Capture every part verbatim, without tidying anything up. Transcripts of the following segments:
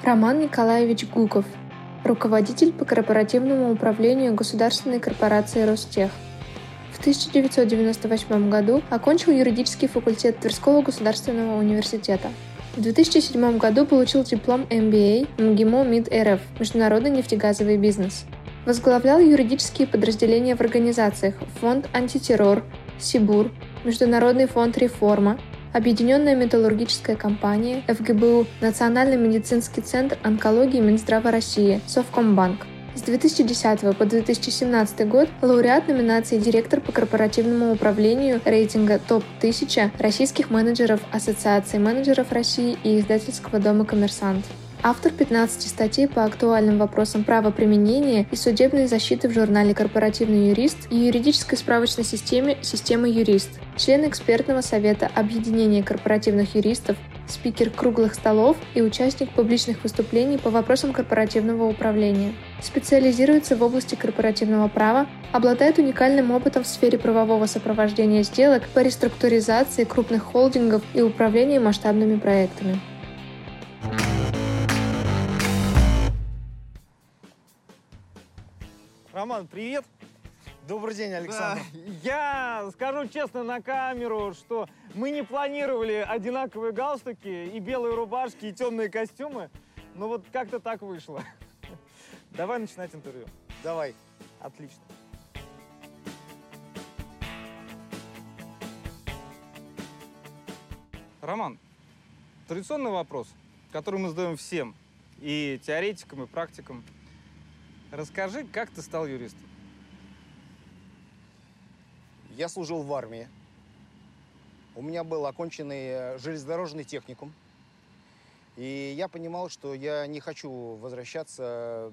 Роман Николаевич Гуков, руководитель по корпоративному управлению государственной корпорации «Ростех». В тысяча девятьсот девяносто восьмом году окончил юридический факультет Тверского государственного университета. В две тысячи седьмом году получил диплом эм би эй МГИМО МИД эр эф «Международный нефтегазовый бизнес». Возглавлял юридические подразделения в организациях Фонд антитеррор, СИБУР, Международный фонд реформа, Объединенная металлургическая компания, эф гэ бэ у, Национальный медицинский центр онкологии Минздрава России, Совкомбанк. С две тысячи десятого по две тысячи семнадцатый год лауреат номинации «Директор по корпоративному управлению» рейтинга топ тысяча российских менеджеров Ассоциации менеджеров России и издательского дома «Коммерсант». Автор пятнадцати статей по актуальным вопросам правоприменения и судебной защиты в журнале «Корпоративный юрист» и юридической справочной системе «Система юрист», член экспертного совета Объединения корпоративных юристов, спикер круглых столов и участник публичных выступлений по вопросам корпоративного управления. Специализируется в области корпоративного права, обладает уникальным опытом в сфере правового сопровождения сделок по реструктуризации крупных холдингов и управлении масштабными проектами. Роман, привет! Добрый день, Александр. Да, я скажу честно на камеру, что мы не планировали одинаковые галстуки и белые рубашки, и темные костюмы, но вот как-то так вышло. Давай начинать интервью. Давай. Отлично. Роман, традиционный вопрос, который мы задаем всем, и теоретикам, и практикам. Расскажи, как ты стал юристом? Я служил в армии. У меня был оконченный железнодорожный техникум. И я понимал, что я не хочу возвращаться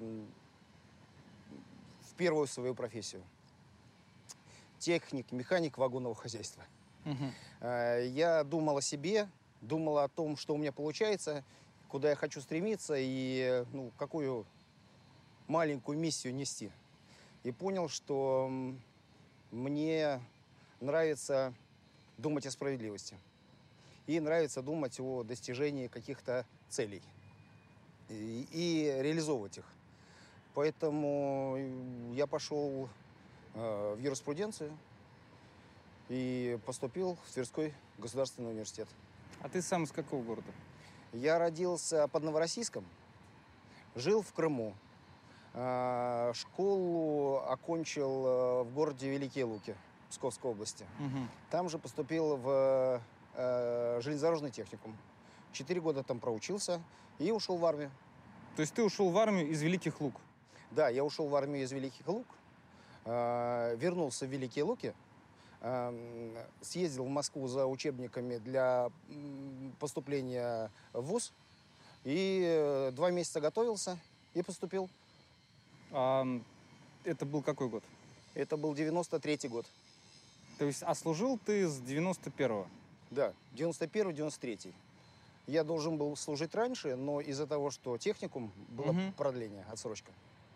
в первую свою профессию. Техник, механик вагонного хозяйства. Угу. Я думал о себе, думал о том, что у меня получается, куда я хочу стремиться и ну, какую маленькую миссию нести. И понял, что мне нравится думать о справедливости. И нравится думать о достижении каких-то целей. И, и реализовывать их. Поэтому я пошел э, в юриспруденцию и поступил в Тверской государственный университет. А ты сам из какого города? Я родился под Новороссийском, жил в Крыму. Школу окончил в городе Великие Луки, Псковской области. Угу. Там же поступил в э, железнодорожный техникум. Четыре года там проучился и ушел в армию. То есть ты ушел в армию из Великих Лук? Да, я ушел в армию из Великих Лук, э, вернулся в Великие Луки, э, съездил в Москву за учебниками для поступления в вуз и э, два месяца готовился и поступил. А, это был какой год? Это был девяносто третий год. То есть, а служил ты с девяносто первого? Да, девяносто первый — девяносто третий. Я должен был служить раньше, но из-за того, что техникум, было угу. продление, отсрочка.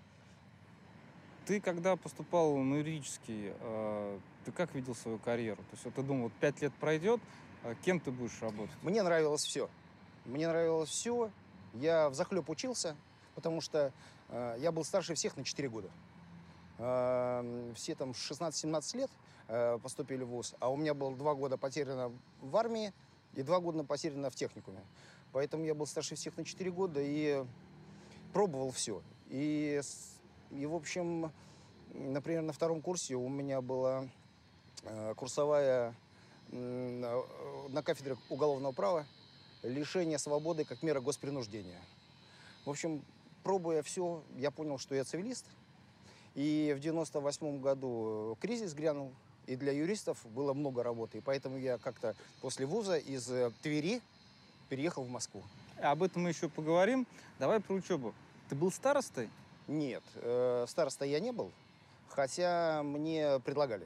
Ты когда поступал на юридический, э, ты как видел свою карьеру? То есть вот ты думал, вот пять лет пройдет, а кем ты будешь работать? Мне нравилось все. Мне нравилось все. Я взахлеб учился, потому что э, я был старше всех на четыре года. Э, все там шестнадцать-семнадцать лет э, поступили в вуз, а у меня было два года потеряно в армии и два года потеряно в техникуме. Поэтому я был старше всех на четыре года и пробовал все. И, и в общем, например, на втором курсе у меня была э, курсовая э, на кафедре уголовного права лишение свободы как мера госпринуждения. В общем, пробуя все, я понял, что я цивилист. И в девяносто восьмом году кризис грянул, и для юристов было много работы. И поэтому я как-то после вуза из Твери переехал в Москву. Об этом мы еще поговорим. Давай про учебу. Ты был старостой? Нет, э, старостой я не был, хотя мне предлагали.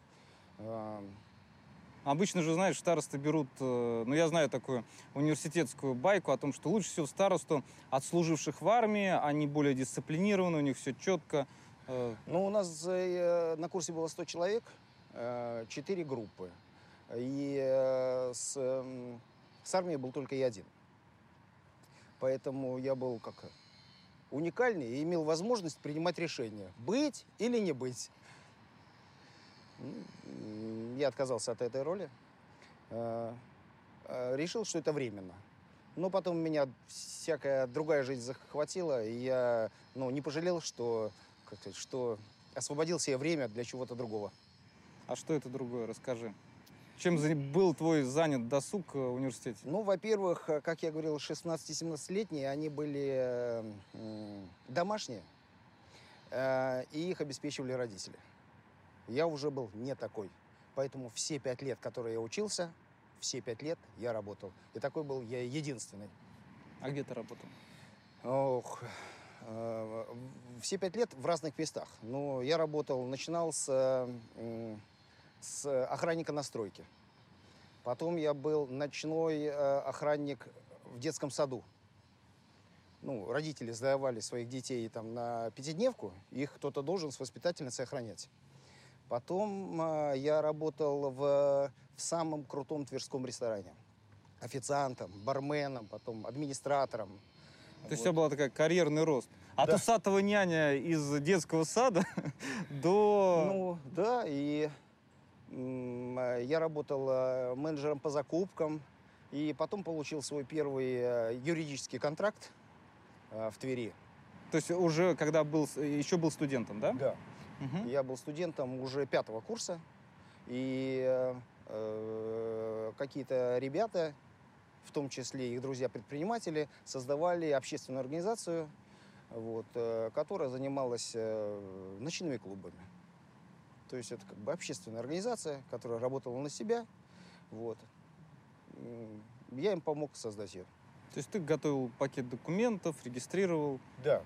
Обычно же, знаешь, старосты берут, ну, я знаю такую университетскую байку о том, что лучше всего старосту отслуживших в армии, они более дисциплинированы, у них все четко. Ну, у нас э, на курсе было сто человек, э, четыре группы. И э, с, э, с армией был только я один. Поэтому я был как уникальный и имел возможность принимать решения, быть или не быть. Я отказался от этой роли. Решил, что это временно. Но потом меня всякая другая жизнь захватила, и я ну, не пожалел, что, как сказать, что освободил себе время для чего-то другого. А что это другое? Расскажи. Чем был твой занят досуг в университете? Ну, во-первых, как я говорил, шестнадцати-семнадцатилетние, они были э, домашние, э, и их обеспечивали родители. Я уже был не такой. Поэтому все пять лет, которые я учился, все пять лет я работал. И такой был я единственный. А где ты работал? Ох, э, все пять лет в разных местах. Ну, я работал, начинал с, э, с охранника на стройке. Потом я был ночной э, охранник в детском саду. Ну, родители сдавали своих детей там на пятидневку, их кто-то должен с воспитательницей охранять. Потом э, я работал в, в самом крутом тверском ресторане. Официантом, барменом, потом администратором. То вот. есть у тебя был такой карьерный рост. От Да. усатого няня из детского сада до... Ну, да, и м, я работал э, менеджером по закупкам. И потом получил свой первый э, юридический контракт э, в Твери. То есть уже когда был, еще был студентом, да? Да. Угу. Я был студентом уже пятого курса, и э, э, какие-то ребята, в том числе их друзья-предприниматели, создавали общественную организацию, вот, э, которая занималась э, ночными клубами. То есть это как бы общественная организация, которая работала на себя. Вот. Я им помог создать ее. То есть ты готовил пакет документов, регистрировал. Да.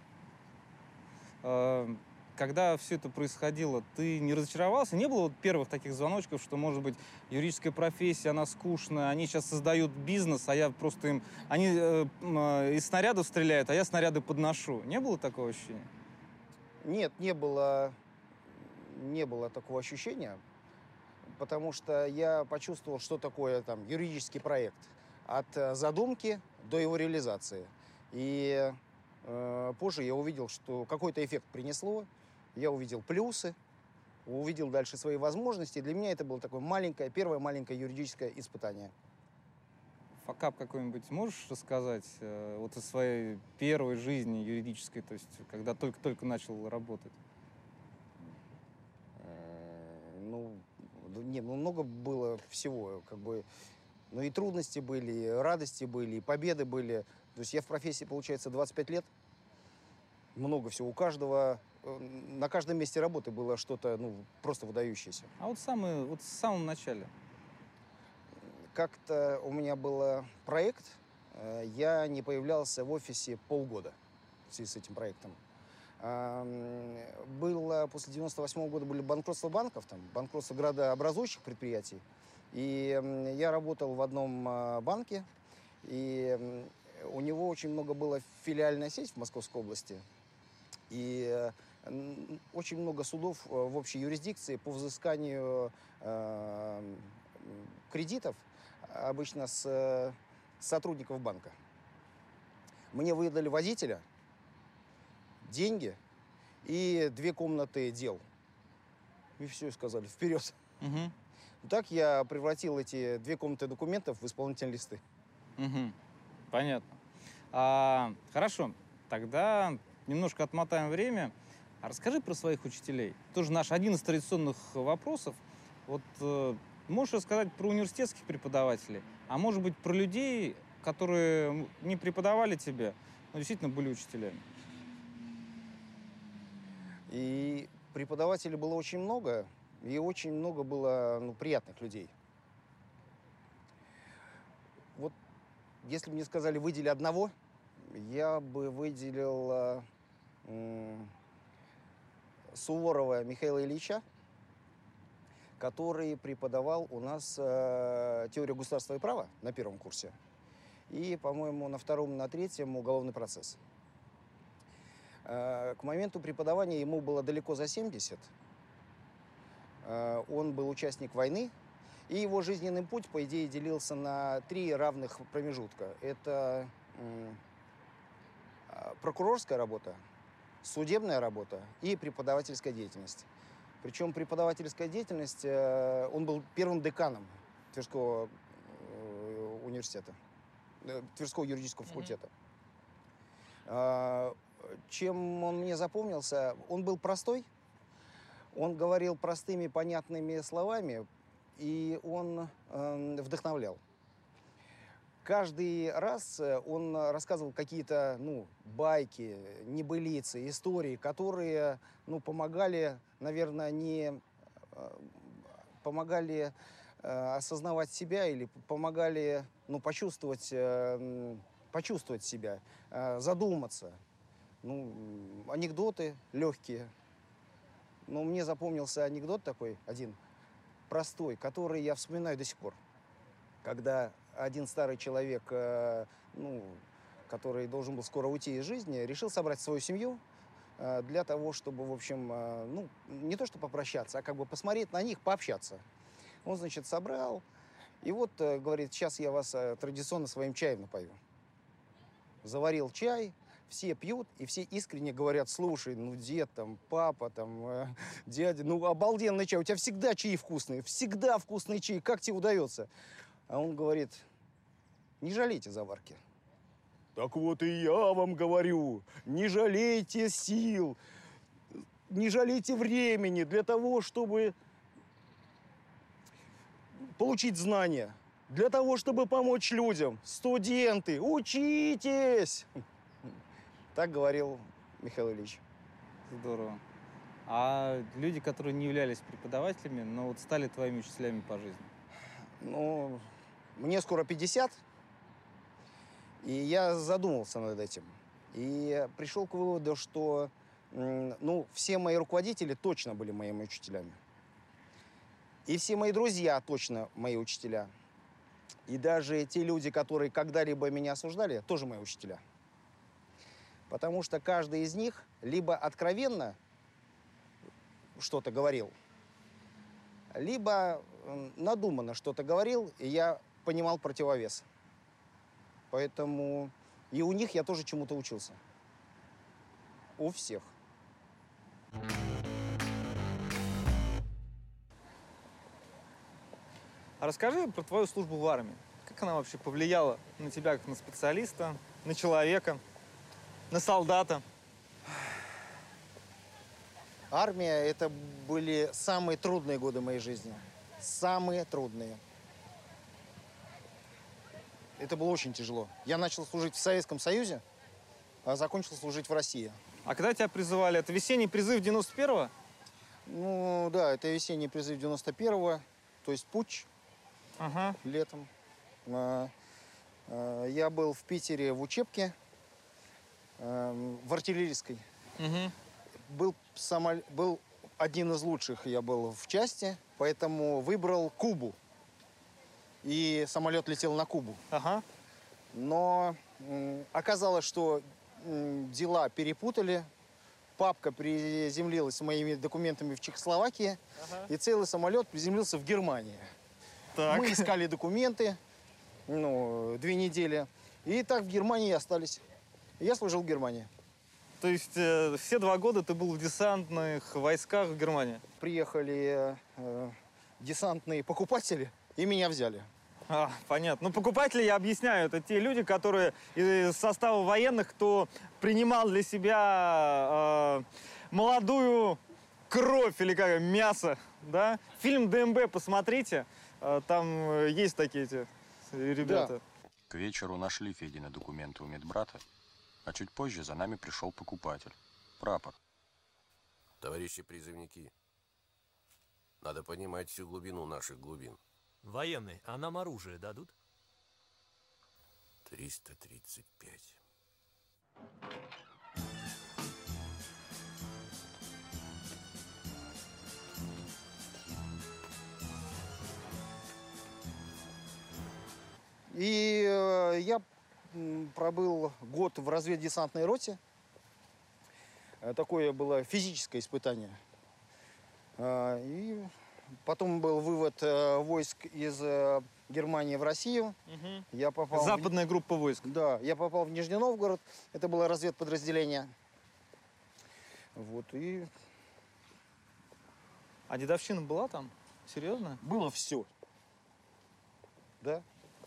Когда все это происходило, ты не разочаровался? Не было вот первых таких звоночков, что, может быть, юридическая профессия, она скучная, они сейчас создают бизнес, а я просто им... Они э, э, из снарядов стреляют, а я снаряды подношу. Не было такого ощущения? Нет, не было, не было такого ощущения, потому что я почувствовал, что такое там юридический проект. От задумки до его реализации. И э, позже я увидел, что какой-то эффект принесло. Я увидел плюсы, увидел дальше свои возможности. Для меня это было такое маленькое, первое маленькое юридическое испытание. Факап какой-нибудь можешь рассказать э, вот из своей первой жизни юридической, то есть когда только-только начал работать? Э, ну, не, ну, много было всего, как бы. Ну и трудности были, и радости были, и победы были. То есть я в профессии, получается, двадцать пять лет. Много всего. У каждого, на каждом месте работы было что-то, ну, просто выдающееся. А вот, самый, вот в самом начале? Как-то у меня был проект, я не появлялся в офисе полгода в связи с этим проектом. Было, после девяносто восьмого года были банкротства банков, там, банкротство градообразующих предприятий. И я работал в одном банке, и у него очень много было филиальная сеть в Московской области. И очень много судов в общей юрисдикции по взысканию э, кредитов, обычно с сотрудников банка. Мне выдали водителя, деньги и две комнаты дел. И все, сказали, вперед. Угу. Так я превратил эти две комнаты документов в исполнительные листы. Угу. Понятно. А, хорошо, тогда немножко отмотаем время. А расскажи про своих учителей. Тоже наш один из традиционных вопросов. Вот э, можешь рассказать про университетских преподавателей, а может быть про людей, которые не преподавали тебе, но действительно были учителями? И преподавателей было очень много, и очень много было ну, приятных людей. Вот если бы мне сказали, выдели одного, я бы выделил э, Суворова Михаила Ильича, который преподавал у нас э, теорию государства и права на первом курсе и, по-моему, на втором, на третьем уголовный процесс. Э, к моменту преподавания ему было далеко за семьдесят. Э, он был участник войны. И его жизненный путь, по идее, делился на три равных промежутка. Это прокурорская работа, судебная работа и преподавательская деятельность. Причем преподавательская деятельность, он был первым деканом Тверского университета, Тверского юридического факультета. Mm-hmm. Чем он мне запомнился? Он был простой, он говорил простыми, понятными словами, и он вдохновлял. Каждый раз он рассказывал какие-то, ну, байки, небылицы, истории, которые, ну, помогали, наверное, не помогали э, осознавать себя или помогали, ну, почувствовать, э, почувствовать себя, э, задуматься. Ну, анекдоты легкие. Но мне запомнился анекдот такой один, простой, который я вспоминаю до сих пор. Когда один старый человек, э, ну, который должен был скоро уйти из жизни, решил собрать свою семью э, для того, чтобы, в общем, э, ну, не то что попрощаться, а как бы посмотреть на них, пообщаться. Он, значит, собрал, и вот, э, говорит, сейчас я вас э, традиционно своим чаем напою. Заварил чай, все пьют, и все искренне говорят: слушай, ну, дед, там, папа, там, э, дядя, ну, обалденный чай, у тебя всегда чаи вкусные, всегда вкусный чай, как тебе удается? А он говорит: не жалейте заварки. Так вот и я вам говорю, не жалейте сил, не жалейте времени для того, чтобы получить знания, для того, чтобы помочь людям. Студенты, учитесь! Так говорил Михаил Ильич. Здорово. А люди, которые не являлись преподавателями, но вот стали твоими учителями по жизни? Ну, мне скоро пятьдесят, и я задумался над этим. И пришел к выводу, что, ну, все мои руководители точно были моими учителями. И все мои друзья точно мои учителя. И даже те люди, которые когда-либо меня осуждали, тоже мои учителя. Потому что каждый из них либо откровенно что-то говорил, либо надуманно что-то говорил, и я понимал противовес. Поэтому и у них я тоже чему-то учился. У всех. А расскажи про твою службу в армии. Как она вообще повлияла на тебя, как на специалиста, на человека, на солдата? Армия – это были самые трудные годы моей жизни. Самые трудные. Это было очень тяжело. Я начал служить в Советском Союзе, а закончил служить в России. А когда тебя призывали? Это весенний призыв девяносто первого? Ну, да, это весенний призыв девяносто первого, то есть путч ага. летом. А, а, я был в Питере в учебке, а, в артиллерийской. Угу. Был, самол... был один из лучших, я был в части, поэтому выбрал Кубу. И самолет летел на Кубу. Ага. Но м, оказалось, что м, дела перепутали. Папка приземлилась с моими документами в Чехословакии, ага. и целый самолет приземлился в Германии. Так. Мы искали документы, ну, две недели. И так в Германии и остались. Я служил в Германии. То есть э, все два года ты был в десантных войсках в Германии? Приехали э, десантные покупатели, и меня взяли. А, понятно. Ну, покупатели, я объясняю, это те люди, которые из состава военных, кто принимал для себя э, молодую кровь или как, мясо, да? Фильм ДМБ посмотрите, э, там есть такие эти ребята. Да. К вечеру нашли Федины документы у медбрата, а чуть позже за нами пришел покупатель. Прапор. Товарищи призывники, надо понимать всю глубину наших глубин. Военные, а нам оружие дадут? триста тридцать пять. И э, я пробыл год в разведдесантной роте. Такое было физическое испытание. И потом был вывод э, войск из э, Германии в Россию. Мгм. Я попал в- Западная группа войск. Да, я попал в Нижний Новгород. Это было разведподразделение. Вот, и А дедовщина была там? Серьезно? было все. Да.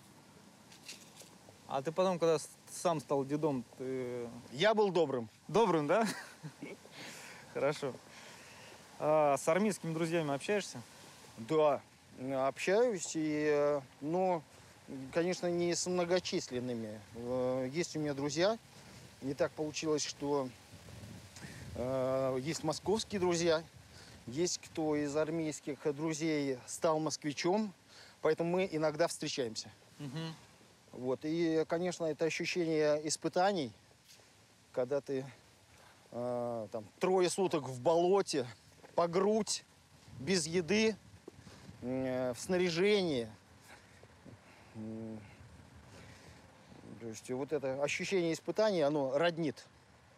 А ты потом, когда с- сам стал дедом, ты Я был добрым. добрым, да? Хорошо. А с армейскими друзьями общаешься? Да, общаюсь, и, э, но, конечно, не с многочисленными. Э, Есть у меня друзья. Не так получилось, что э, есть московские друзья, есть кто из армейских друзей стал москвичом, поэтому мы иногда встречаемся. Мгм. Вот. И, конечно, это ощущение испытаний, когда ты э, там, трое суток в болоте, по грудь, без еды, э, в снаряжении. М, То есть вот это ощущение испытаний, оно роднит.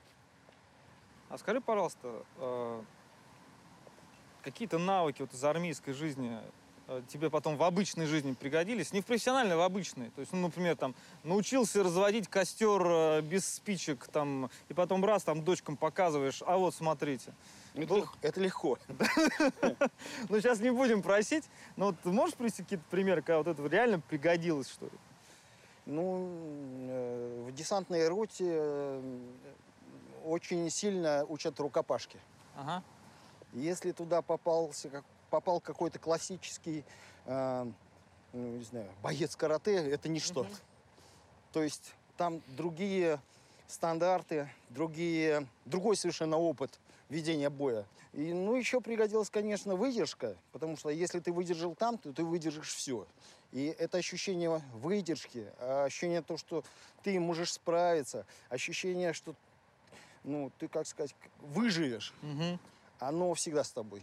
А скажи, пожалуйста, э, какие-то навыки вот из армейской жизни э, тебе потом в обычной жизни пригодились? Не в профессиональной, а в обычной. То есть, ну, например, там, научился разводить костер э, без спичек, там, и потом раз, там, дочкам показываешь, а вот, смотрите. Это, лег- это легко. Ну, сейчас не будем просить, но вот ты можешь привести какие-то примеры, когда вот это реально пригодилось, что ли? Ну, э, в десантной роте э, очень сильно учат рукопашки. Ага. Если туда попался, как- попал какой-то классический, э, ну, не знаю, боец карате, это ничто. Мгм. То есть там другие стандарты, другие, другой совершенно опыт ведения боя. И, ну, еще пригодилась, конечно, выдержка, потому что если ты выдержал там, то ты выдержишь все. И это ощущение выдержки, а ощущение того, что ты можешь справиться, ощущение, что, ну, ты, как сказать, выживешь, Мгм. оно всегда с тобой.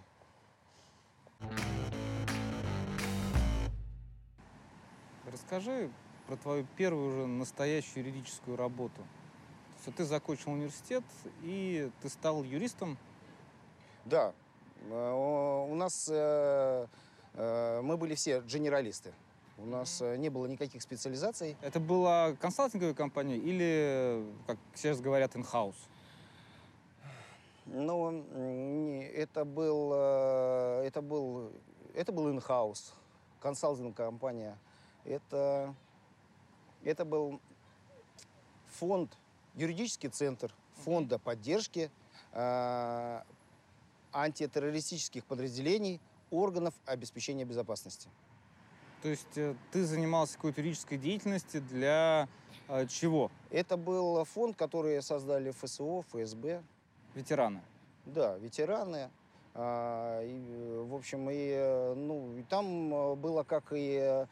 Расскажи про твою первую уже настоящую юридическую работу. То есть вот ты закончил университет, и ты стал юристом. Да, э, у нас э, э, мы были все дженералисты. У нас э, не было никаких специализаций. Это была консалтинговая компания или, как сейчас говорят, in-house? Но м, не, это был, э, это был, это был in-house, консалтинг-компания. Это, это был фонд, юридический центр фонда поддержки э, антитеррористических подразделений органов обеспечения безопасности. То есть э, ты занимался какой-то юридической деятельностью для э, чего? Это был фонд, который создали ФСО, ФСБ. Ветераны. Да, ветераны. А, и, э, в общем, и, э, ну, и там э, было как и, э,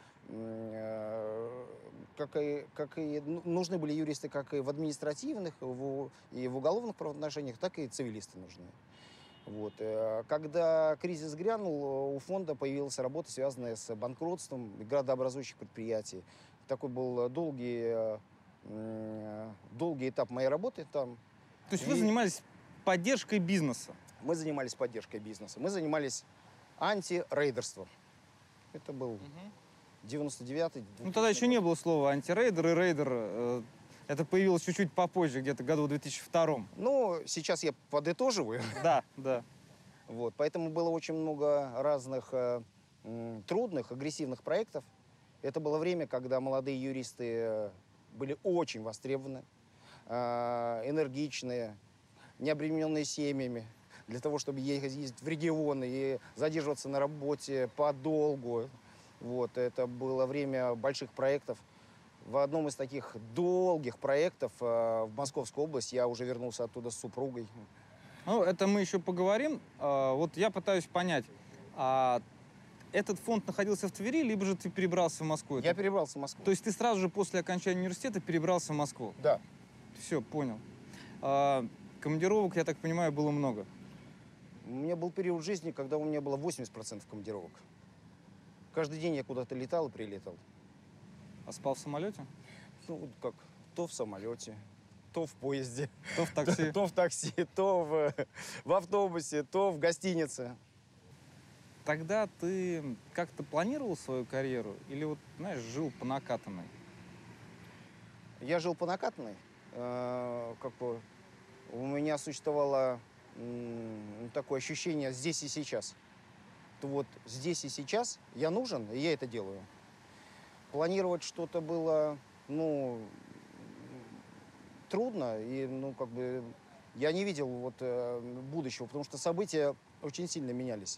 э, как и, как и ну, нужны были юристы как и в административных, в, и в уголовных правоотношениях, так и цивилисты нужны. Вот. э, Когда кризис грянул, у фонда появилась работа, связанная с банкротством градообразующих предприятий. Такой был долгий, э, э, долгий этап моей работы там. То есть вы И- занимались поддержкой бизнеса. Мы занимались поддержкой бизнеса. Мы занимались антирейдерством. Это был девяносто девятый. Ну тогда еще не было слова антирейдер и рейдер. э, Это появилось чуть-чуть попозже, где-то году в две тысячи втором. Ну, сейчас я подытоживаю. Да, да. Вот. Поэтому было очень много разных э, м, трудных, агрессивных проектов. Это было время, когда молодые юристы э, были очень востребованы, э, энергичные, не обремененные семьями, для того, чтобы ехать, ездить в регионы и задерживаться на работе подолгу. Вот. Это было время больших проектов. В одном из таких долгих проектов э, в Московскую область я уже вернулся оттуда с супругой. Ну, это мы еще поговорим. А, Вот я пытаюсь понять, а этот фонд находился в Твери, либо же ты перебрался в Москву? Я Это- перебрался в Москву. То есть ты сразу же после окончания университета перебрался в Москву? Да. Все, понял. А, командировок, я так понимаю, было много. У меня был период жизни, когда у меня было восемьдесят процентов командировок. Каждый день я куда-то летал и прилетал. А спал в самолете? Ну, вот как, то в самолете, то в поезде, То в такси? то в такси, то в, в автобусе, то в гостинице. тогда ты как-то планировал свою карьеру или вот, знаешь, жил по накатанной? Я жил по накатанной. Э, как бы у меня существовало м, такое ощущение здесь и сейчас. То вот здесь и сейчас я нужен, и я это делаю. Планировать что-то было, ну, трудно, и, ну, как бы я не видел вот э, будущего, потому что события очень сильно менялись.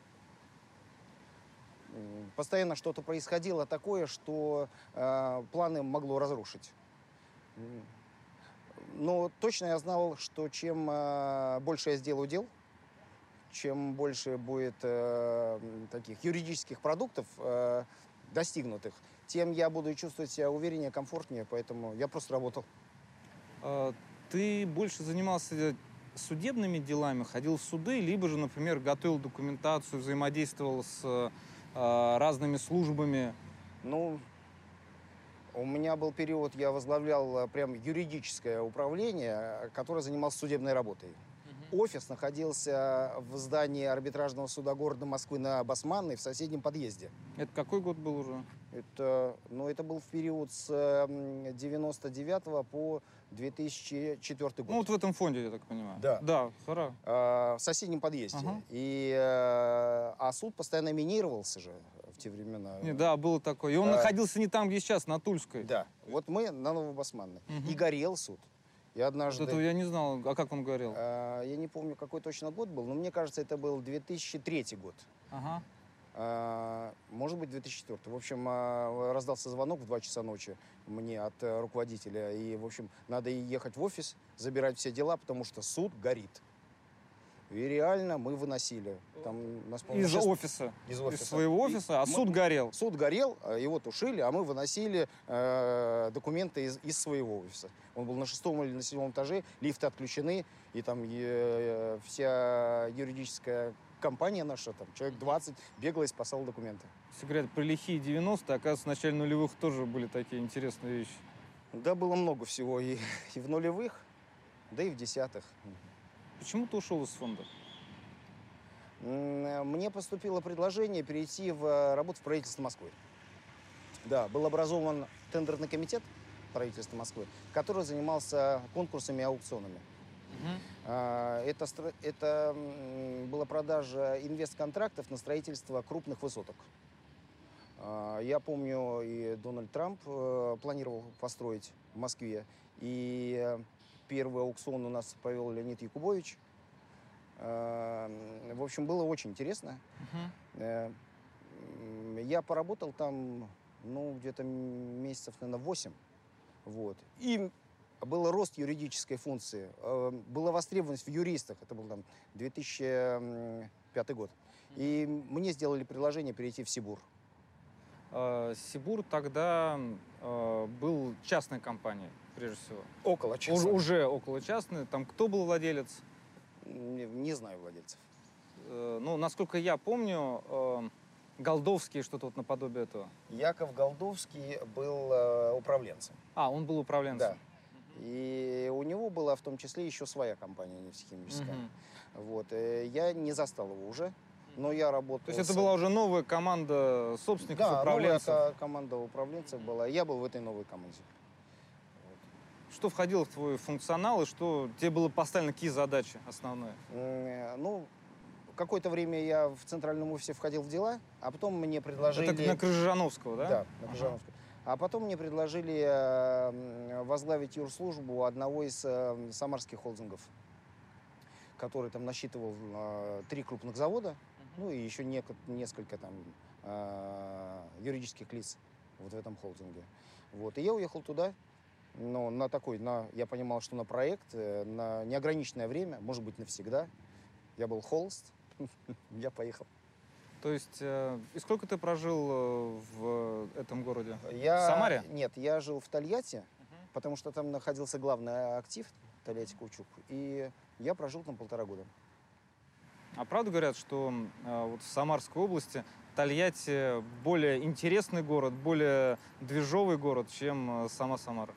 М, Постоянно что-то происходило такое, что э, планы могло разрушить. М, Но точно я знал, что чем э, больше я сделаю дел, чем больше будет э, м, таких юридических продуктов э, достигнутых, тем я буду чувствовать себя увереннее, комфортнее, поэтому я просто работал. А, Ты больше занимался судебными делами, ходил в суды, либо же, например, готовил документацию, взаимодействовал с а, разными службами? Ну, у меня был период, я возглавлял э, прям юридическое управление, э, которое занималось судебной работой. Офис находился в здании арбитражного суда города Москвы на Басманной в соседнем подъезде. Это какой год был уже? Это, ну, это был в период с м, девяносто девятого по две тысячи четвёртый год. Ну, вот в этом фонде, я так понимаю. Да. Да, хорошо. А, в соседнем подъезде. Ага. И, э, а суд постоянно минировался же в те времена. Не, да, было такое. И он А, находился не там, где сейчас, на Тульской. Да. Вот мы на Новобасманной. Мгм. И горел суд. Я Вот однажды... этого я не знал. А как он говорил? а, я не помню, какой точно год был, но мне кажется, это был две тысячи третий год. Ага. А, может быть, две тысячи четвёртый. В общем, а, раздался звонок в два часа ночи мне от э, руководителя. И, в общем, надо ехать в офис, забирать все дела, потому что суд горит. И реально мы выносили. Там, нас, по-моему, Из шест- офиса. Из Из офиса. своего И офиса, а мы- суд горел. Суд горел, а его тушили, а мы выносили э, документы из, из своего офиса. Он был на шестом или на седьмом этаже, лифты отключены, и там э, вся юридическая компания наша, там человек двадцать, бегала и спасала документы. Все говорят про лихие девяностые, оказывается, в начале нулевых тоже были такие интересные вещи. Да, было много всего и, и в нулевых, да и в десятых. Почему ты ушел из фонда? М, Мне поступило предложение перейти в э, работу в правительство Москвы. Да, был образован тендерный комитет правительства Москвы, который занимался конкурсами и аукционами. А, Это, стро- это м, была продажа инвестконтрактов на строительство крупных высоток. А, Я помню, и Дональд Трамп э, планировал построить в Москве. И э, первый аукцион у нас провел Леонид Якубович. А, м, В общем, было очень интересно. Э, м, Я поработал там, ну, где-то месяцев, наверное, восемь. Вот. И был рост юридической функции, э, была востребованность в юристах. Это был там две тысячи пятый год. И мне сделали предложение перейти в Сибур. А, Сибур тогда а, был частной компанией, прежде всего. Около Уж- часа. уже около частной. Там кто был владелец? Не, не знаю владельцев. Э, Ну, насколько я помню, э, Голдовский, что-то вот наподобие этого. Яков Голдовский был э, управленцем. А, он был управленцем. Да. И у него была в том числе еще своя компания нефтехимическая. Мгм. Вот. э, Я не застал его уже, но я работал... То есть это с- была уже новая команда собственников, Да, новая управленцев. ко- команда управленцев была. Я был в этой новой команде. Что входило в твой функционал и что тебе было поставлено, какие задачи основные? М, Ну, какое-то время я в центральном офисе входил в дела, а потом мне предложили... Это на Крыжановского, да? Да, на Ага. Крыжановской. А потом мне предложили э, м, возглавить юрслужбу одного из э, самарских холдингов, который там насчитывал э, три крупных завода, ну и еще неко- несколько там э, юридических лиц вот в этом холдинге. Вот. И я уехал туда, но на такой, на, я понимал, что на проект, э, на неограниченное время, может быть, навсегда. Я был холост, я поехал. То есть, э, и сколько ты прожил э, в этом городе? Я... В Самаре? Нет, я жил в Тольятти, потому что там находился главный актив, Тольятти Каучук, и я прожил там полтора года. А правда говорят, что э, вот в Самарской области Тольятти более интересный город, более движовый город, чем э, сама Самара?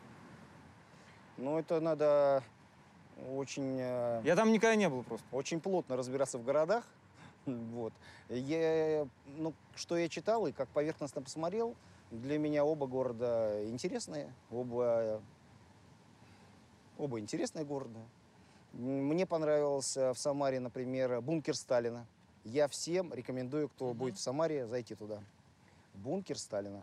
Но это надо очень, э, Я там никогда не был просто. очень плотно разбираться в городах, Вот. Я, ну, что я читал и как поверхностно посмотрел, для меня оба города интересные, оба, оба интересные города. Мне понравился в Самаре, например, бункер Сталина. Я всем рекомендую, кто mm-hmm. будет в Самаре, зайти туда. Бункер Сталина.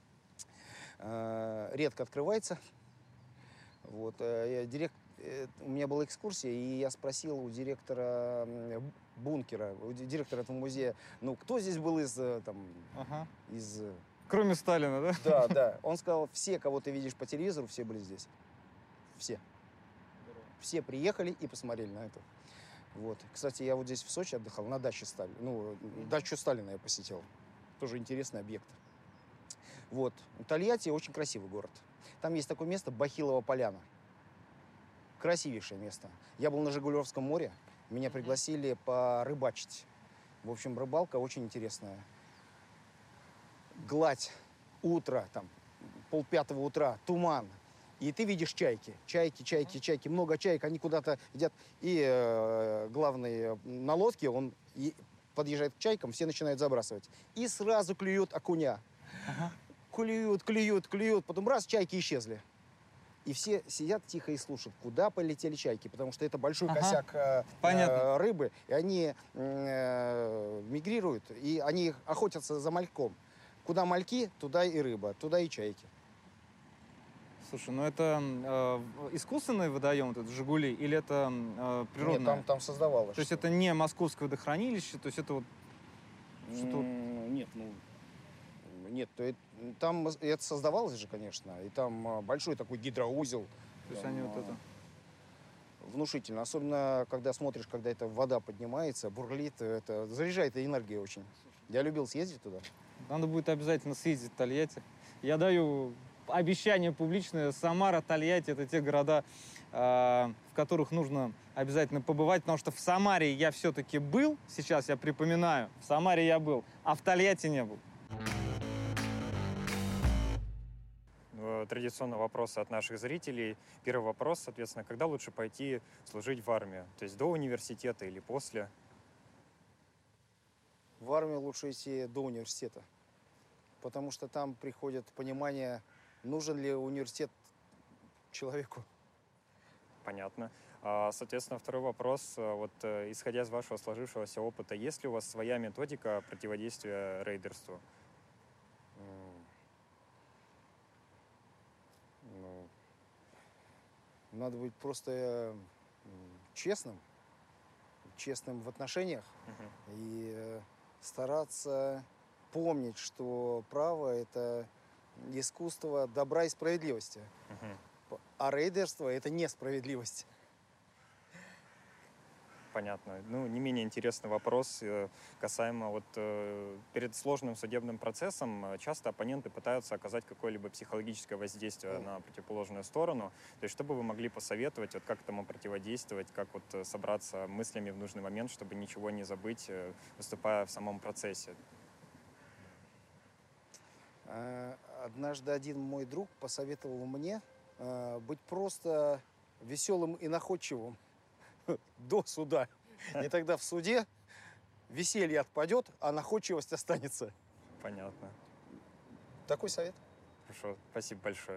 Редко открывается. Вот. Я директ... У меня была экскурсия, и я спросил у директора бункера, у директора этого музея, ну, кто здесь был из... Там, ага. из... Кроме Сталина, да? Да, да. Он сказал, все, кого ты видишь по телевизору, все были здесь. Все. Все приехали и посмотрели на это. Вот. Кстати, я вот здесь в Сочи отдыхал, на даче Сталина. Ну, дачу Сталина я посетил. Тоже интересный объект. Вот. Тольятти очень красивый город. Там есть такое место Бахилова поляна. Красивейшее место. Я был на Жигулевском море. Меня пригласили порыбачить. В общем, рыбалка очень интересная. Гладь, утро, там, полпятого утра, туман. И ты видишь чайки. Чайки, чайки, чайки. Много чаек, они куда-то едят. И э, главный на лодке, он и подъезжает к чайкам, все начинают забрасывать. И сразу клюют окуня. Ага. Клюют, клюют, клюют. Потом раз, чайки исчезли. И все сидят тихо и слушают, куда полетели чайки. Потому что это большой ага. косяк э, э, рыбы. И они э, мигрируют, и они охотятся за мальком. Куда мальки, туда и рыба, туда и чайки. Слушай, ну это э, искусственный водоем, этот Жигули, или это э, природное? Нет, там, там создавалось. То есть это не московское водохранилище, то есть это вот... Что-то... Нет, ну... Нет, то это, там это создавалось же, конечно, и там большой такой гидроузел. То есть там, они вот это... Внушительно. Особенно, когда смотришь, когда эта вода поднимается, бурлит, это заряжает энергией очень. Я любил съездить туда. Надо будет обязательно съездить в Тольятти. Я даю обещание публичное. Самара, Тольятти — это те города, э, в которых нужно обязательно побывать, потому что в Самаре я все-таки был, сейчас я припоминаю, в Самаре я был, а в Тольятти не был. Традиционные вопросы от наших зрителей. Первый вопрос, соответственно, когда лучше пойти служить в армию? То есть до университета или после? В армию лучше идти до университета, потому что там приходит понимание, нужен ли университет человеку. Понятно. Соответственно, второй вопрос. Вот, исходя из вашего сложившегося опыта, есть ли у вас своя методика противодействия рейдерству? Ну, надо быть просто честным, честным в отношениях uh-huh. и стараться помнить, что право — это искусство добра и справедливости, uh-huh. а рейдерство — это несправедливость. Понятно. Ну, не менее интересный вопрос касаемо вот перед сложным судебным процессом часто оппоненты пытаются оказать какое-либо психологическое воздействие mm. на противоположную сторону. То есть что бы вы могли посоветовать, вот как этому противодействовать, как вот собраться мыслями в нужный момент, чтобы ничего не забыть, выступая в самом процессе? Однажды один мой друг посоветовал мне быть просто веселым и находчивым до суда. И тогда в суде веселье отпадет, а находчивость останется. Понятно. Такой совет. Хорошо, спасибо большое.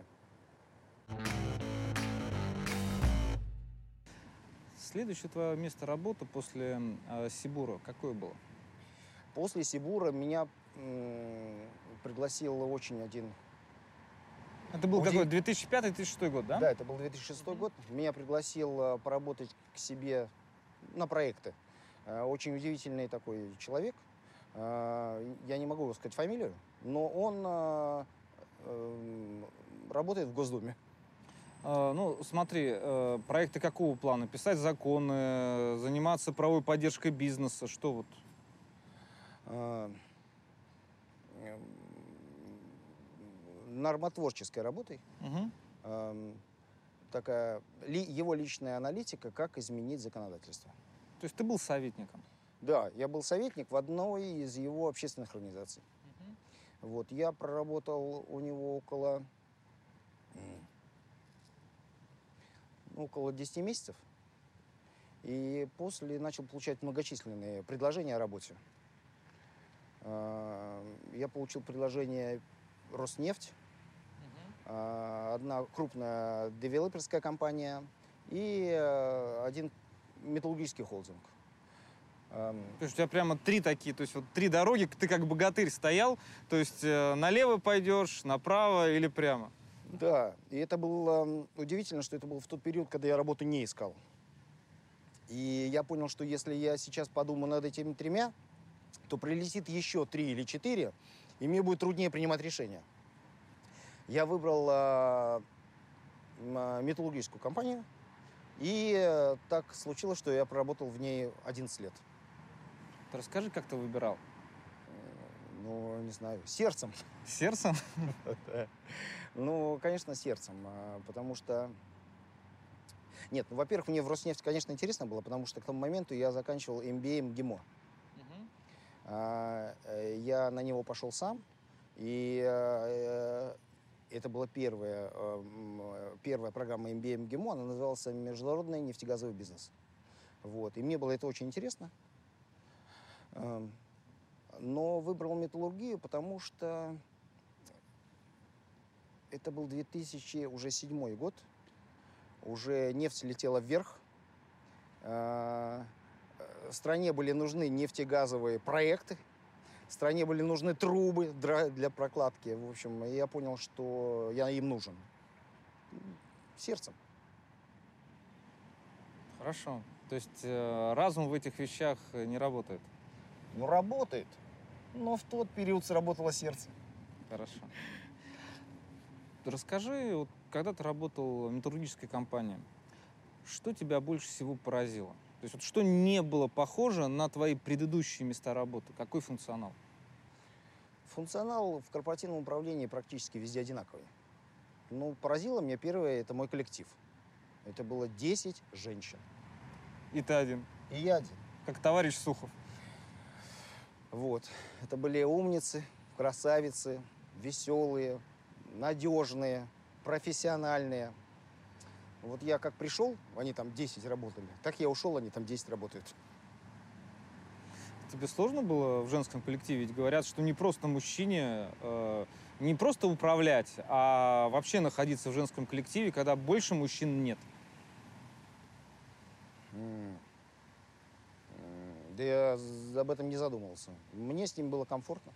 Следующее твое место работы после э, Сибура какое было? После Сибура меня м- пригласил очень один... Это был Удив... какой? две тысячи пятый — две тысячи шестой год, да? Да, это был две тысячи шестой mm-hmm. год. Меня пригласил поработать к себе на проекты. Очень удивительный такой человек. Я не могу его сказать фамилию, но он работает в Госдуме. А, ну, смотри, проекты какого плана? Писать законы, заниматься правовой поддержкой бизнеса, что вот? А, нормотворческой работой. Угу. А, такая ли, его личная аналитика, как изменить законодательство. То есть ты был советником? Да, я был советник в одной из его общественных организаций. Угу. Вот, я проработал у него около, около десяти месяцев. И после начал получать многочисленные предложения о работе. Я получил предложение Роснефть, одна крупная девелоперская компания и один металлургический холдинг. То есть у тебя прямо три такие, то есть вот три дороги, ты как богатырь стоял, то есть э, налево пойдешь, направо или прямо? Да, и это было удивительно, что это был в тот период, когда я работу не искал. И я понял, что если я сейчас подумаю над этими тремя, то прилетит еще три или четыре, и мне будет труднее принимать решения. Я выбрал э, металлургическую компанию, и э, так случилось, что я проработал в ней одиннадцать лет. Ты расскажи, как ты выбирал? Ну, не знаю, сердцем. Сердцем? Ну, конечно, сердцем, потому что... Нет, ну, во-первых, мне в Роснефть, конечно, интересно было, потому что к тому моменту я заканчивал эм би эй МГИМО. Я на него пошел сам, и это была первая, первая программа эм би эй МГИМО, она называлась «Международный нефтегазовый бизнес». Вот. И мне было это очень интересно. Но выбрал металлургию, потому что это был две тысячи седьмой год. Уже нефть летела вверх. Стране были нужны нефтегазовые проекты. Стране были нужны трубы для прокладки. В общем, я понял, что я им нужен. Сердцем. Хорошо. То есть э, разум в этих вещах не работает? Ну, работает. Но в тот период сработало сердце. Хорошо. Расскажи, вот, когда ты работал в металлургической компании, что тебя больше всего поразило? То есть вот, что не было похоже на твои предыдущие места работы? Какой функционал? Функционал в корпоративном управлении практически везде одинаковый. Ну, поразило меня первое, это мой коллектив. Это было десять женщин. И ты один? И я один. Как товарищ Сухов. Вот. Это были умницы, красавицы, веселые, надежные, профессиональные. Вот я как пришел, они там десять работали, так я ушел, они там десять работают. Тебе сложно было в женском коллективе? Ведь говорят, что не просто мужчине, э, не просто управлять, а вообще находиться в женском коллективе, когда больше мужчин нет. Mm. Да я об этом не задумывался. Мне с ним было комфортно.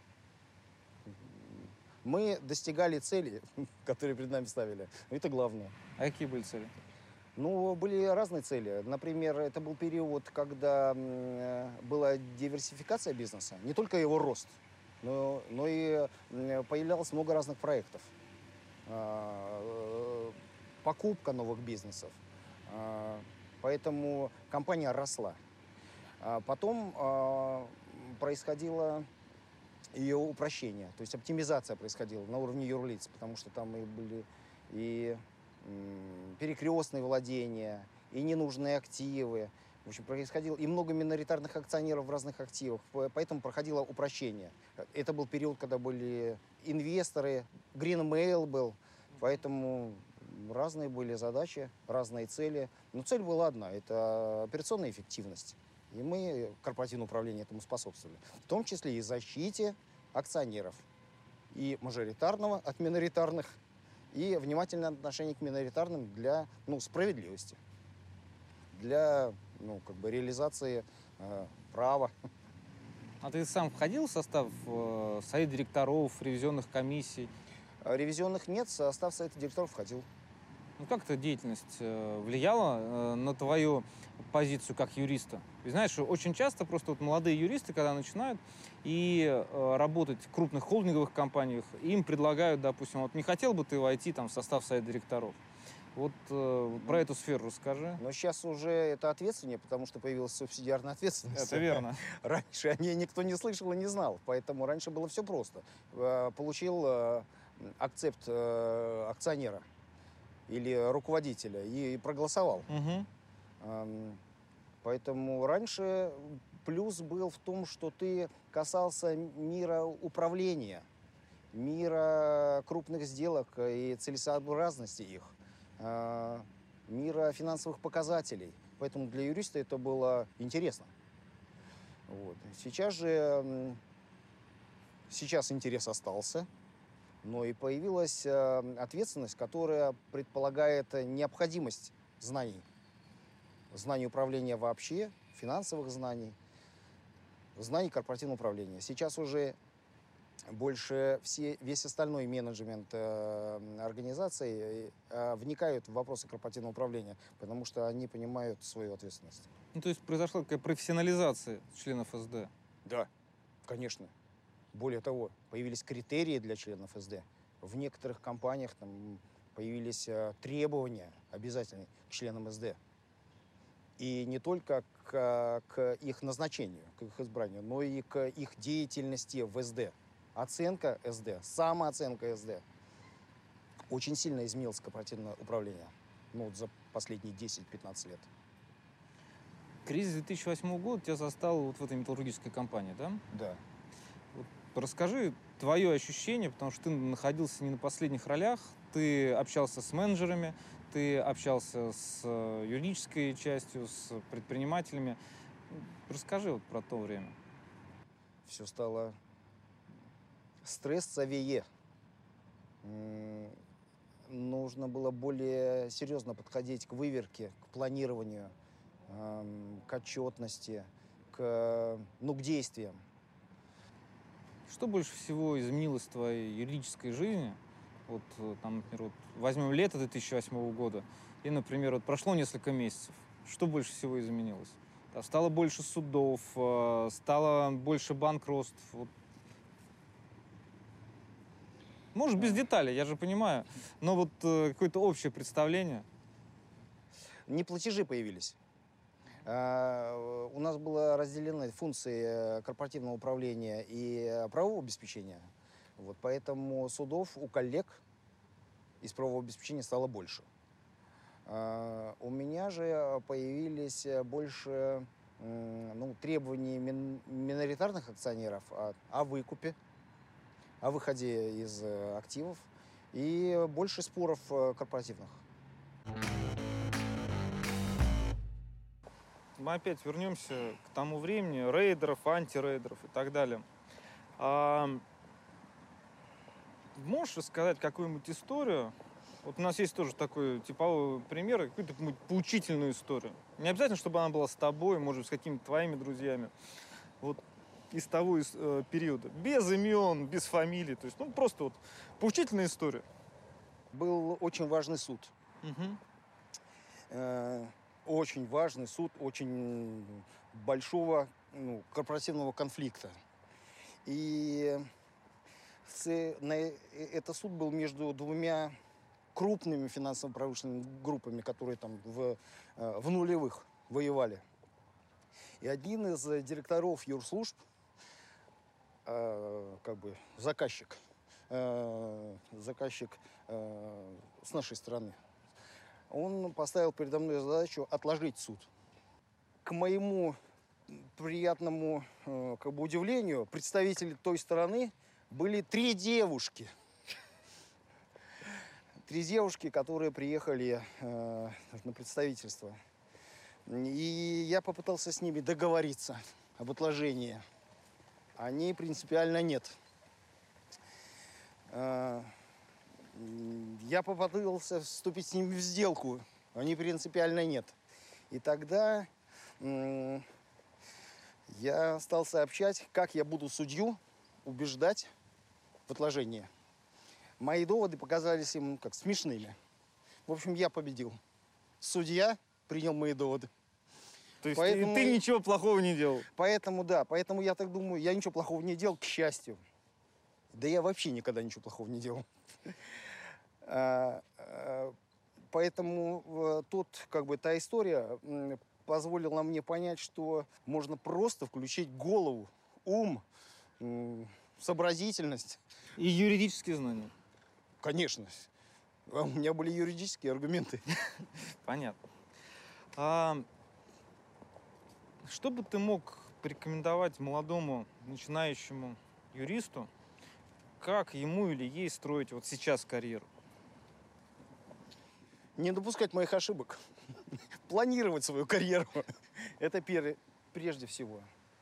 Мы достигали цели, которые перед нами ставили. Это главное. А какие были цели? Ну, были разные цели. Например, это был период, когда была диверсификация бизнеса. Не только его рост, но, но и появлялось много разных проектов. Покупка новых бизнесов. Поэтому компания росла. Потом происходило ее упрощение, то есть оптимизация происходила на уровне юрлиц, потому что там и были и перекрестные владения, и ненужные активы. В общем, происходило и много миноритарных акционеров в разных активах, поэтому проходило упрощение. Это был период, когда были инвесторы, Green Mail был, поэтому разные были задачи, разные цели. Но цель была одна – это операционная эффективность. И мы, корпоративное управление, этому способствовали. В том числе и защите акционеров. И мажоритарного от миноритарных, и внимательное отношение к миноритарным для ну, справедливости. Для ну, как бы реализации э, права. А ты сам входил в состав э, совета директоров, ревизионных комиссий? Ревизионных нет, в состав совета директоров входил. Ну, как эта деятельность э, влияла э, на твою позицию как юриста? Ведь, знаешь, очень часто просто вот молодые юристы, когда начинают и э, работать в крупных холдинговых компаниях, им предлагают, допустим, вот не хотел бы ты войти там, в состав совета директоров? Вот э, про эту сферу расскажи. Но сейчас уже это ответственнее, потому что появилась субсидиарная ответственность. Это верно. Раньше о ней никто не слышал и не знал, поэтому раньше было все просто. Получил акцепт акционера или руководителя и проголосовал. Угу. Поэтому раньше плюс был в том, что ты касался мира управления, мира крупных сделок и целесообразности их. мира финансовых показателей. Поэтому для юриста это было интересно. Вот. Сейчас же, сейчас интерес остался, но и появилась ответственность, которая предполагает необходимость знаний. Знаний управления вообще, финансовых знаний, знаний корпоративного управления. Сейчас уже больше все, весь остальной менеджмент э, организации э, вникают в вопросы корпоративного управления, потому что они понимают свою ответственность. Ну, то есть произошла такая профессионализация членов эс дэ? Да, конечно. Более того, появились критерии для членов эс дэ. В некоторых компаниях там появились э, требования обязательные к членам эс дэ. И не только к, к их назначению, к их избранию, но и к их деятельности в эс дэ. Оценка эс дэ, самооценка эс дэ. Очень сильно изменилось корпоративное управление, ну, вот за последние десять-пятнадцать лет. Кризис две тысячи восьмого года тебя застал вот в этой металлургической компании, да? Да. Вот расскажи твое ощущение, потому что ты находился не на последних ролях, ты общался с менеджерами, ты общался с юридической частью, с предпринимателями. Расскажи вот про то время. Все стало стрессовее. Нужно было более серьезно подходить к выверке, к планированию, к отчетности, к, ну, к действиям. Что больше всего изменилось в твоей юридической жизни? Вот, там, например, вот возьмем лето две тысячи восьмого года, и, например, вот прошло несколько месяцев. Что больше всего изменилось? Да, стало больше судов, стало больше банкротств. Вот. Может, без деталей, я же понимаю, но вот э, какое-то общее представление. Неплатежи появились. Uh, у нас было разделены функции корпоративного управления и правового обеспечения. Вот, поэтому судов у коллег из правового обеспечения стало больше. Uh, у меня же появились больше uh, ну, требований мин миноритарных акционеров о, о выкупе, о выходе из uh, активов и больше споров uh, корпоративных. Мы опять вернемся к тому времени рейдеров, антирейдеров и так далее. А, можешь рассказать какую-нибудь историю? Вот у нас есть тоже такой типовой пример, какую-то поучительную историю. Не обязательно, чтобы она была с тобой, может быть, с какими-то твоими друзьями. Вот из того из, э, периода. Без имен, без фамилий. То есть, ну, просто вот поучительная история. Был очень важный суд. Угу. Э Очень важный суд, очень большого, ну, корпоративного конфликта. И этот суд был между двумя крупными финансово-промышленными группами, которые там в, в нулевых воевали. И один из директоров юрслужб, э, как бы заказчик, э, заказчик э, с нашей стороны, он поставил передо мной задачу отложить суд. К моему приятному э, как бы удивлению, представители той стороны были три девушки. Три девушки, которые приехали э, на представительство. И я попытался с ними договориться об отложении. Они принципиально нет. Э, Я попытался вступить с ними в сделку. Они принципиально нет. И тогда м- я стал сообщать, как я буду судью убеждать в отложении. Мои доводы показались им как смешными. В общем, я победил. Судья принял мои доводы. То есть поэтому, ты, ты ничего плохого не делал? Поэтому, да. Поэтому я так думаю, я ничего плохого не делал, к счастью. Да я вообще никогда ничего плохого не делал. Поэтому тут, как бы, та история позволила мне понять, что можно просто включить голову, ум, сообразительность. И юридические знания. Конечно. У меня были юридические аргументы. Понятно. А что бы ты мог порекомендовать молодому начинающему юристу, как ему или ей строить вот сейчас карьеру? Не допускать моих ошибок. Планировать свою карьеру. Это первое, прежде всего.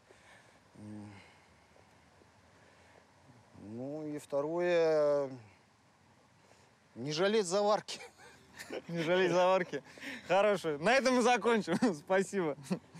Ну и второе, не жалеть заварки. Не жалеть заварки. Хорошо. На этом мы закончим. Спасибо.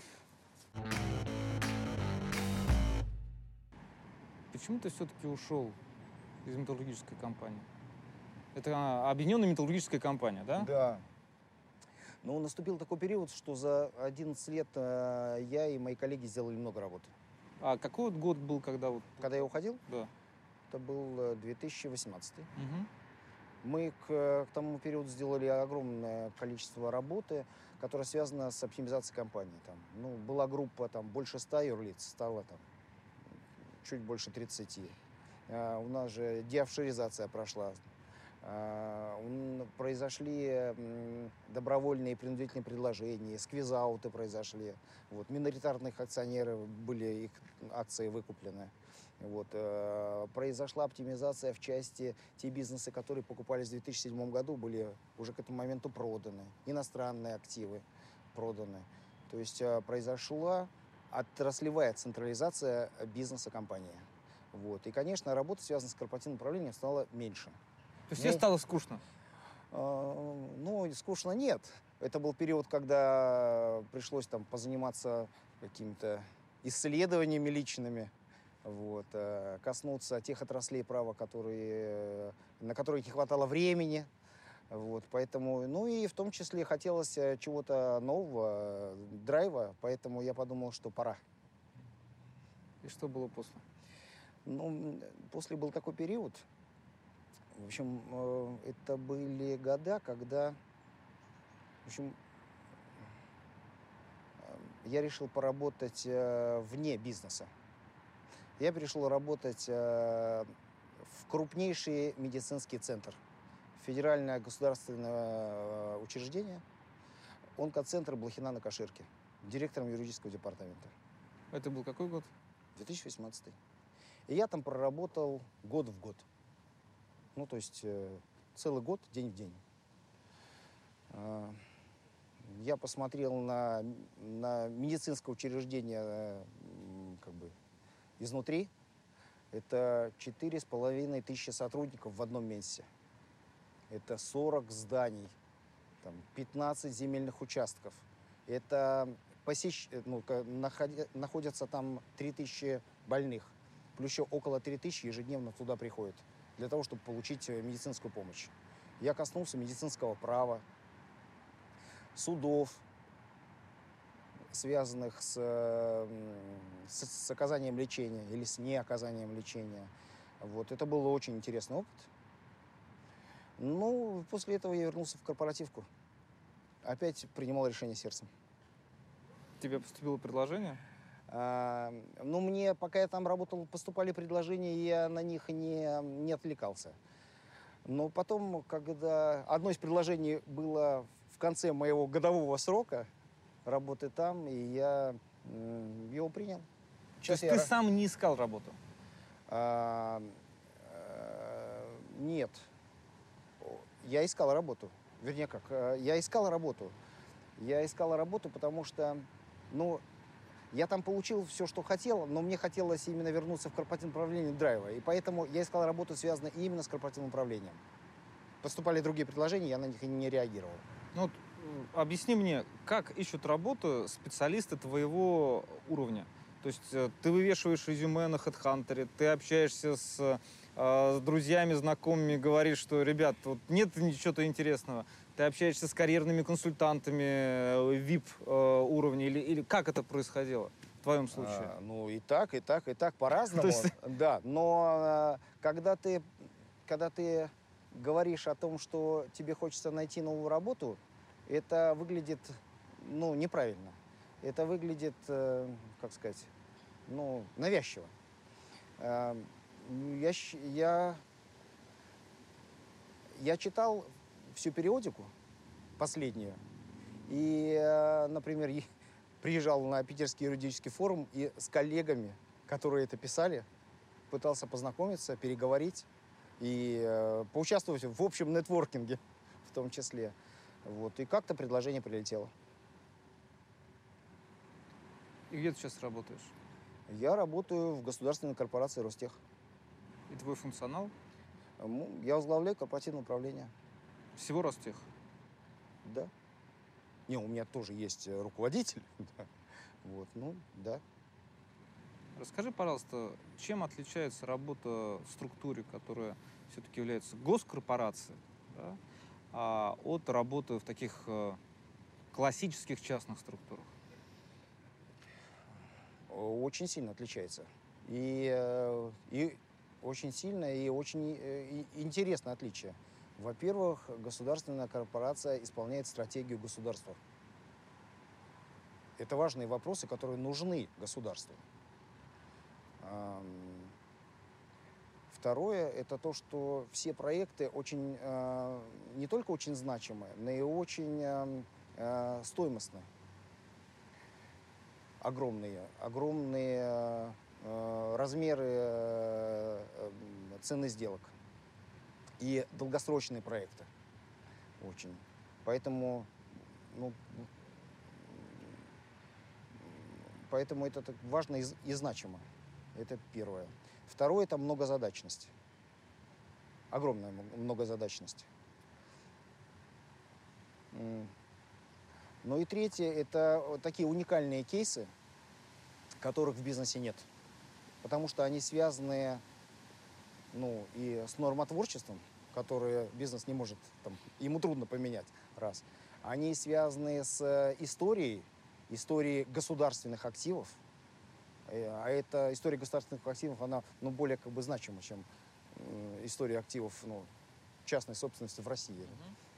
Почему ты все-таки ушел из металлургической компании? Это а, объединенная металлургическая компания, да? Да. Но наступил такой период, что за одиннадцать лет э, я и мои коллеги сделали много работы. А какой вот год был, когда вот... Когда я уходил, Да. это был две тысячи восемнадцатый. Угу. Мы к, к тому периоду сделали огромное количество работы, которая связана с оптимизацией компании. Там, ну, была группа там, больше ста юрлиц, стало там чуть больше тридцати. А, у нас же деофшоризация прошла. А, у, произошли м, добровольные и принудительные предложения, сквизауты произошли. Вот, миноритарных акционеров были, их акции выкуплены. Вот, э, произошла оптимизация в части, те бизнесы, которые покупались в две тысячи седьмом году, были уже к этому моменту проданы. Иностранные активы проданы. То есть э, произошла отраслевая централизация бизнеса компании. Вот. И, конечно, работа, связанная с корпоративным управлением, стала меньше. То есть тебе Ну, стало скучно? э, ну, скучно нет. Это был период, когда пришлось там позаниматься какими-то исследованиями личными. Вот, э, коснуться тех отраслей права, которые, на которые не хватало времени. Вот, поэтому, ну и в том числе хотелось чего-то нового, драйва, поэтому я подумал, что пора. И что было после? Ну, после был такой период. В общем, э, это были года, когда, в общем, э, я решил поработать э, вне бизнеса. Я перешел работать э, в крупнейший медицинский центр. Федеральное государственное э, учреждение. Онкоцентр Блохина на Каширке. Директором юридического департамента. Это был какой год? две тысячи восемнадцатый. И я там проработал год в год. Ну, то есть э, целый год, день в день. Э, я посмотрел на, на медицинское учреждение э, как бы изнутри. Это четыре с половиной тысячи сотрудников в одном месте. Это сорок зданий, там, пятнадцать земельных участков. Это посещ... ну, находя... находятся там три тысячи больных. Плюс еще около три тысячи ежедневно туда приходят для того, чтобы получить медицинскую помощь. Я коснулся медицинского права, судов, связанных с, с, с оказанием лечения или с неоказанием лечения. Вот. Это был очень интересный опыт. Ну, после этого я вернулся в корпоративку. Опять принимал решение сердцем. Тебе поступило предложение? А, ну, мне, пока я там работал, поступали предложения, и я на них не, не отвлекался. Но потом, когда одно из предложений было в конце моего годового срока работы там, и я м, его принял. Сейчас я... ты сам не искал работу? А, а, нет. Я искал работу. Вернее, как, я искал работу. Я искал работу, потому что, ну, я там получил все, что хотел, но мне хотелось именно вернуться в корпоративное управление драйва. И поэтому я искал работу, связанную именно с корпоративным управлением. Поступали другие предложения, я на них не реагировал. Ну, вот, объясни мне, как ищут работу специалисты твоего уровня? То есть ты вывешиваешь резюме на HeadHunter, ты общаешься с, э, с друзьями, знакомыми, говоришь, что, ребят, вот нет ничего-то интересного. Ты общаешься с карьерными консультантами ви ай пи э, уровня, или, или как это происходило в твоем случае? А, ну, и так, и так, и так, по-разному. есть... Да, но когда ты, когда ты говоришь о том, что тебе хочется найти новую работу, это выглядит, ну, неправильно. Это выглядит, э, как сказать, ну, навязчиво. Э, я, я, я читал всю периодику, последнюю, и, э, например, приезжал на Питерский юридический форум и с коллегами, которые это писали, пытался познакомиться, переговорить и э, поучаствовать в общем нетворкинге в том числе. Вот, и как-то предложение прилетело. И где ты сейчас работаешь? Я работаю в государственной корпорации Ростех. И твой функционал? М, Я возглавляю корпоративное управление. Всего Ростех? Да. Не, у меня тоже есть э, руководитель. Да. Вот, ну, да. Расскажи, пожалуйста, чем отличается работа в структуре, которая все-таки является госкорпорацией, да, а от работы в таких э, классических частных структурах? Очень сильно отличается. И, э, и очень сильно, и очень э, и интересное отличие. Во-первых, государственная корпорация исполняет стратегию государства. Это важные вопросы, которые нужны государству. Ам, Второе, это то, что все проекты очень, э, не только очень значимые, но и очень э, э, стоимостные. Огромные, огромные э, размеры э, э, цены сделок. И долгосрочные проекты. Очень. Поэтому, ну, поэтому это так важно и, з- и значимо. Это первое. Второе – это многозадачность. Огромная м- многозадачность. М. Ну и третье – это вот такие уникальные кейсы, которых в бизнесе нет. Потому что они связаны, ну, и с нормотворчеством, которое бизнес не может, там, ему трудно поменять, раз. Они связаны с э, историей, историей государственных активов. Э, А эта история государственных активов, она, ну, более как бы значима, чем э, история активов, ну, частной собственности в России.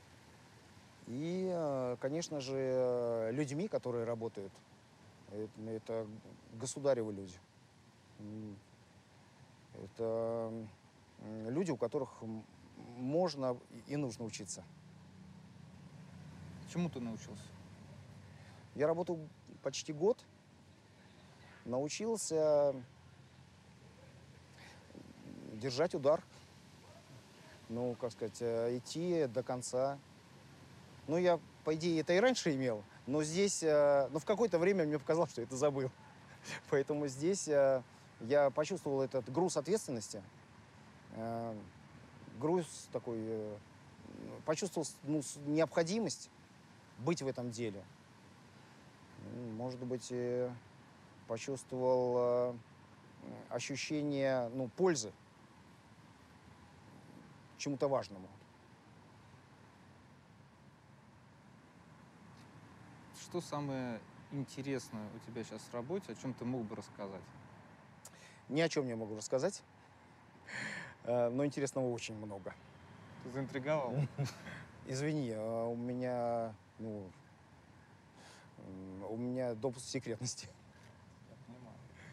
И, э, конечно же, э, людьми, которые работают, это, это государевы люди. М, Это м, люди, у которых м, можно и нужно учиться. Чему ты научился? Я работал почти год, научился держать удар, ну, как сказать, э, идти до конца. Ну, я, по идее, это и раньше имел, но здесь, э, ну, в какое-то время мне показалось, что это забыл. Поэтому здесь э, я почувствовал этот груз ответственности, э, груз такой, э, почувствовал с- ну, с- необходимость быть в этом деле. М, Может быть, э, почувствовал э, ощущение, ну, пользы чему-то важному. Что самое интересное у тебя сейчас в работе, о чем ты мог бы рассказать? Ни о чем не могу рассказать, э, но интересного очень много. Ты заинтриговал? Извини, а у меня, ну, м, у меня допуск секретности. Я понимаю.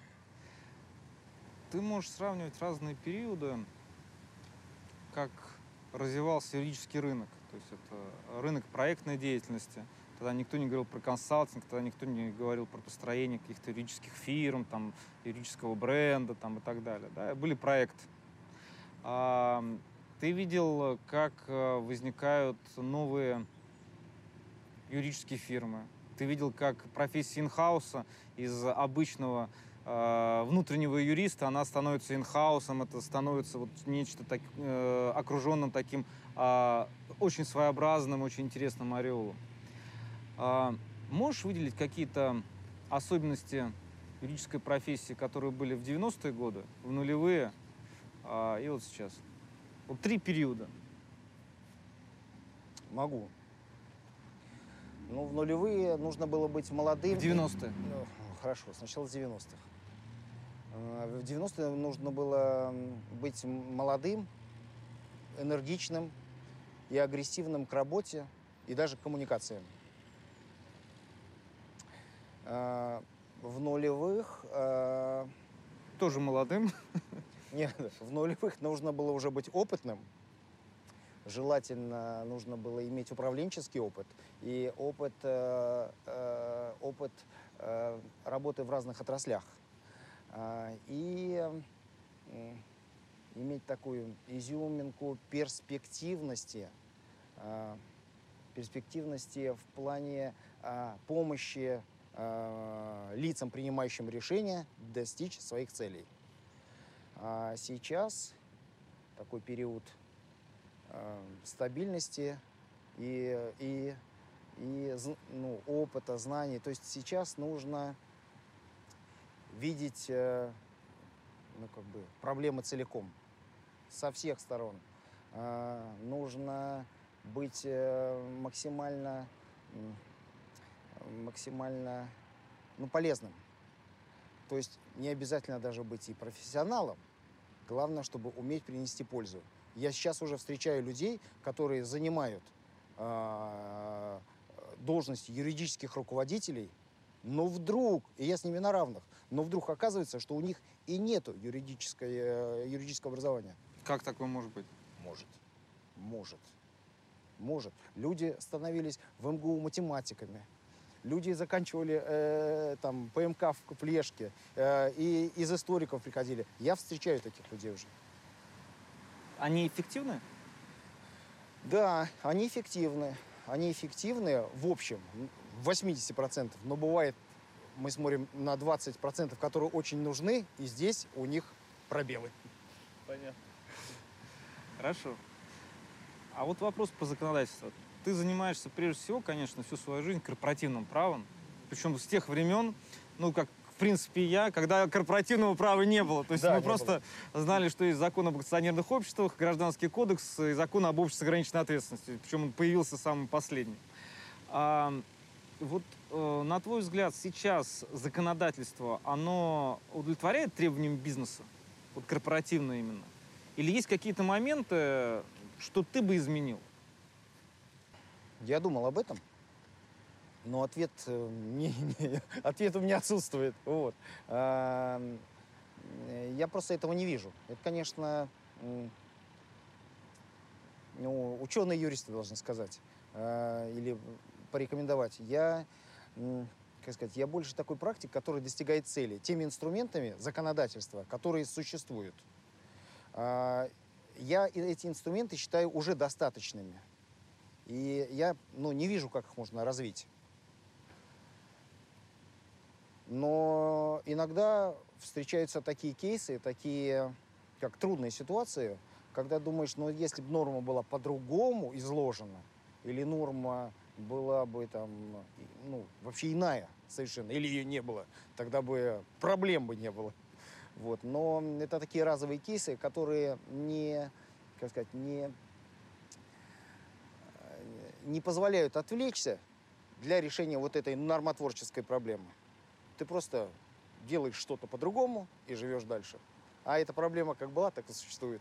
Ты можешь сравнивать разные периоды, как развивался юридический рынок. То есть это рынок проектной деятельности. Тогда никто не говорил про консалтинг, тогда никто не говорил про построение каких-то юридических фирм, там, юридического бренда там, и так далее. Да? Были проекты. А, ты видел, как э, возникают новые юридические фирмы. Ты видел, как профессия инхауса из обычного э, внутреннего юриста, она становится инхаусом, это становится вот нечто так, э, окруженным таким э, очень своеобразным, очень интересным ореолом. А, можешь выделить какие-то особенности юридической профессии, которые были в девяностые годы, в нулевые а, и вот сейчас? Вот три периода. Могу. Ну, в нулевые нужно было быть молодым. В девяностые. Ну, хорошо, сначала с девяностых. Э, В девяностые нужно было м, быть м- молодым, энергичным и агрессивным к работе и даже к коммуникациям. Э, В нулевых... э, Тоже молодым. Нет, в нулевых нужно было уже быть опытным. Желательно нужно было иметь управленческий опыт и опыт, э, э, опыт э, работы в разных отраслях. А, и м, иметь такую изюминку перспективности, а, перспективности в плане а, помощи а, лицам, принимающим решения, достичь своих целей. А сейчас такой период а, стабильности и, и, и ну, опыта, знаний. То есть сейчас нужно видеть э, ну, как бы проблемы целиком, со всех сторон. Э, нужно быть э, максимально, максимально ну, полезным. То есть не обязательно даже быть и профессионалом. Главное, чтобы уметь принести пользу. Я сейчас уже встречаю людей, которые занимают э, должности юридических руководителей, но вдруг, и я с ними на равных, но вдруг оказывается, что у них и нету юридическое, юридического образования. Как такое может быть? Может. Может. Может. Люди становились в эм гэ у математиками. Люди заканчивали э, там, пэ эм ка в Плешке, э, и из историков приходили. Я встречаю таких людей уже. Они эффективны? Да, они эффективны. Они эффективны в общем, восемьдесят процентов. Но бывает, мы смотрим на двадцать процентов, которые очень нужны, и здесь у них пробелы. Понятно. Хорошо. А вот вопрос по законодательству. Ты занимаешься, прежде всего, конечно, всю свою жизнь корпоративным правом. Причем с тех времен, ну, как, в принципе, и я, когда корпоративного права не было. То есть Да, мы просто было. знали, что есть закон об акционерных обществах, гражданский кодекс и закон об обществе с ограниченной ответственностью. Причем он появился самым последним. А, вот, э, на твой взгляд, сейчас законодательство, оно удовлетворяет требованиям бизнеса? Вот корпоративно именно? Или есть какие-то моменты, что ты бы изменил? Я думал об этом, но ответ, э, не, не, ответ у меня отсутствует. Вот. А, я просто этого не вижу. Это, конечно, ну, ученые-юристы должны сказать а, или порекомендовать. Я, как сказать, я больше такой практик, который достигает цели теми инструментами законодательства, которые существуют. А, я эти инструменты считаю уже достаточными. И я ну, не вижу, как их можно развить. Но иногда встречаются такие кейсы, такие, как трудные ситуации, когда думаешь, ну, если бы норма была по-другому изложена, или норма была бы там, ну, вообще иная совершенно, или ее не было, тогда бы проблем бы не было. Вот. Но это такие разовые кейсы, которые не, как сказать, не... не позволяют отвлечься для решения вот этой нормотворческой проблемы. Ты просто делаешь что-то по-другому и живешь дальше. А эта проблема как была, так и существует.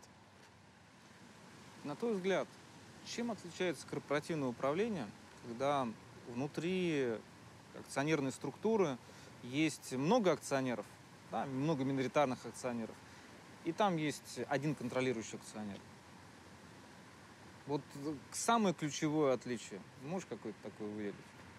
На твой взгляд, чем отличается корпоративное управление, когда внутри акционерной структуры есть много акционеров, да, много миноритарных акционеров, и там есть один контролирующий акционер? Вот самое ключевое отличие. Можешь какое-то такое выделить?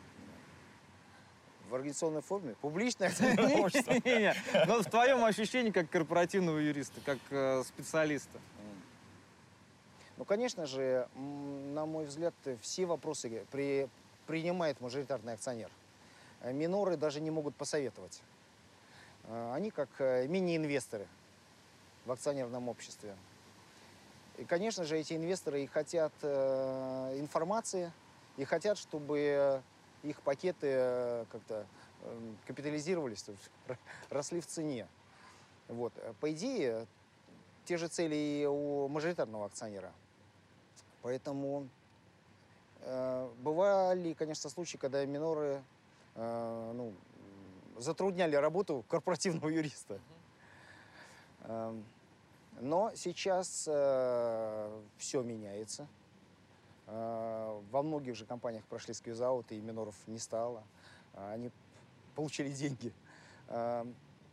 В организационной форме? Публичное акционерное общество? Не-не, но в твоем ощущении как корпоративного юриста, как э, специалиста. Ну, конечно же, на мой взгляд, все вопросы при, принимает мажоритарный акционер. Миноры даже не могут посоветовать. Они как мини-инвесторы в акционерном обществе. И, конечно же, эти инвесторы и хотят э, информации, и хотят, чтобы их пакеты э, как-то э, капитализировались, то есть росли в цене. Вот. По идее, те же цели и у мажоритарного акционера. Поэтому э, бывали, конечно, случаи, когда миноры э, ну, затрудняли работу корпоративного юриста. Э, Но сейчас э, все меняется. Э, во многих же компаниях прошли сквиз-ауты, и миноров не стало. Они получили деньги. Э,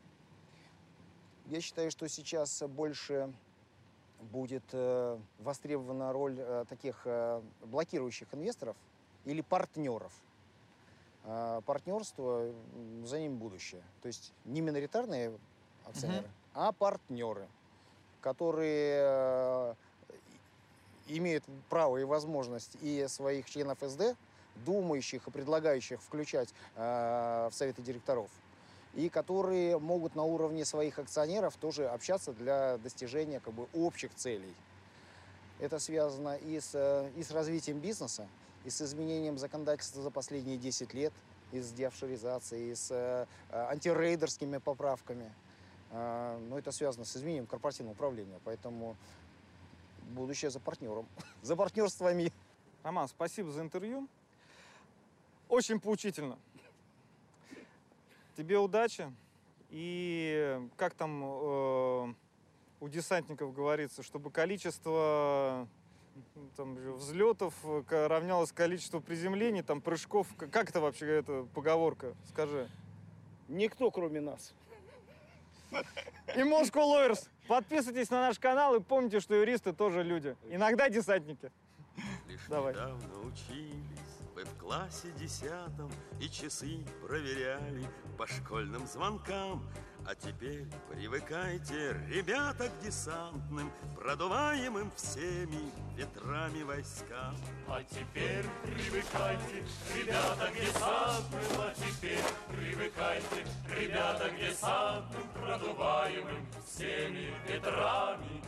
я считаю, что сейчас больше будет э, востребована роль э, таких э, блокирующих инвесторов или партнеров. Э, партнерство, за ним будущее. То есть не миноритарные акционеры, mm-hmm. а партнеры, которые имеют право и возможность и своих членов эс дэ, думающих и предлагающих включать э, в советы директоров, и которые могут на уровне своих акционеров тоже общаться для достижения как бы общих целей. Это связано и с, и с развитием бизнеса, и с изменением законодательства за последние десять лет, и с деофшоризацией, и с э, антирейдерскими поправками. Э, но это связано с изменением корпоративного управления, поэтому будущее за партнером, за партнерствами. Роман, спасибо за интервью. Очень поучительно. Тебе удачи. И как там э, у десантников говорится, чтобы количество там, взлетов равнялось количеству приземлений, там, прыжков. Как это вообще, эта поговорка? Скажи. Никто, кроме нас. И Moscow Lawyers. Подписывайтесь на наш канал и помните, что юристы тоже люди. Иногда десантники. Лишь Давай. недавно учились вы в классе десятом и часы проверяли по школьным звонкам. А теперь привыкайте, ребята, к десантным, продуваемым всеми ветрами войскам. А теперь привыкайте, ребята, к десантным, а теперь привыкайте, ребята, к десантным, продуваемым всеми ветрами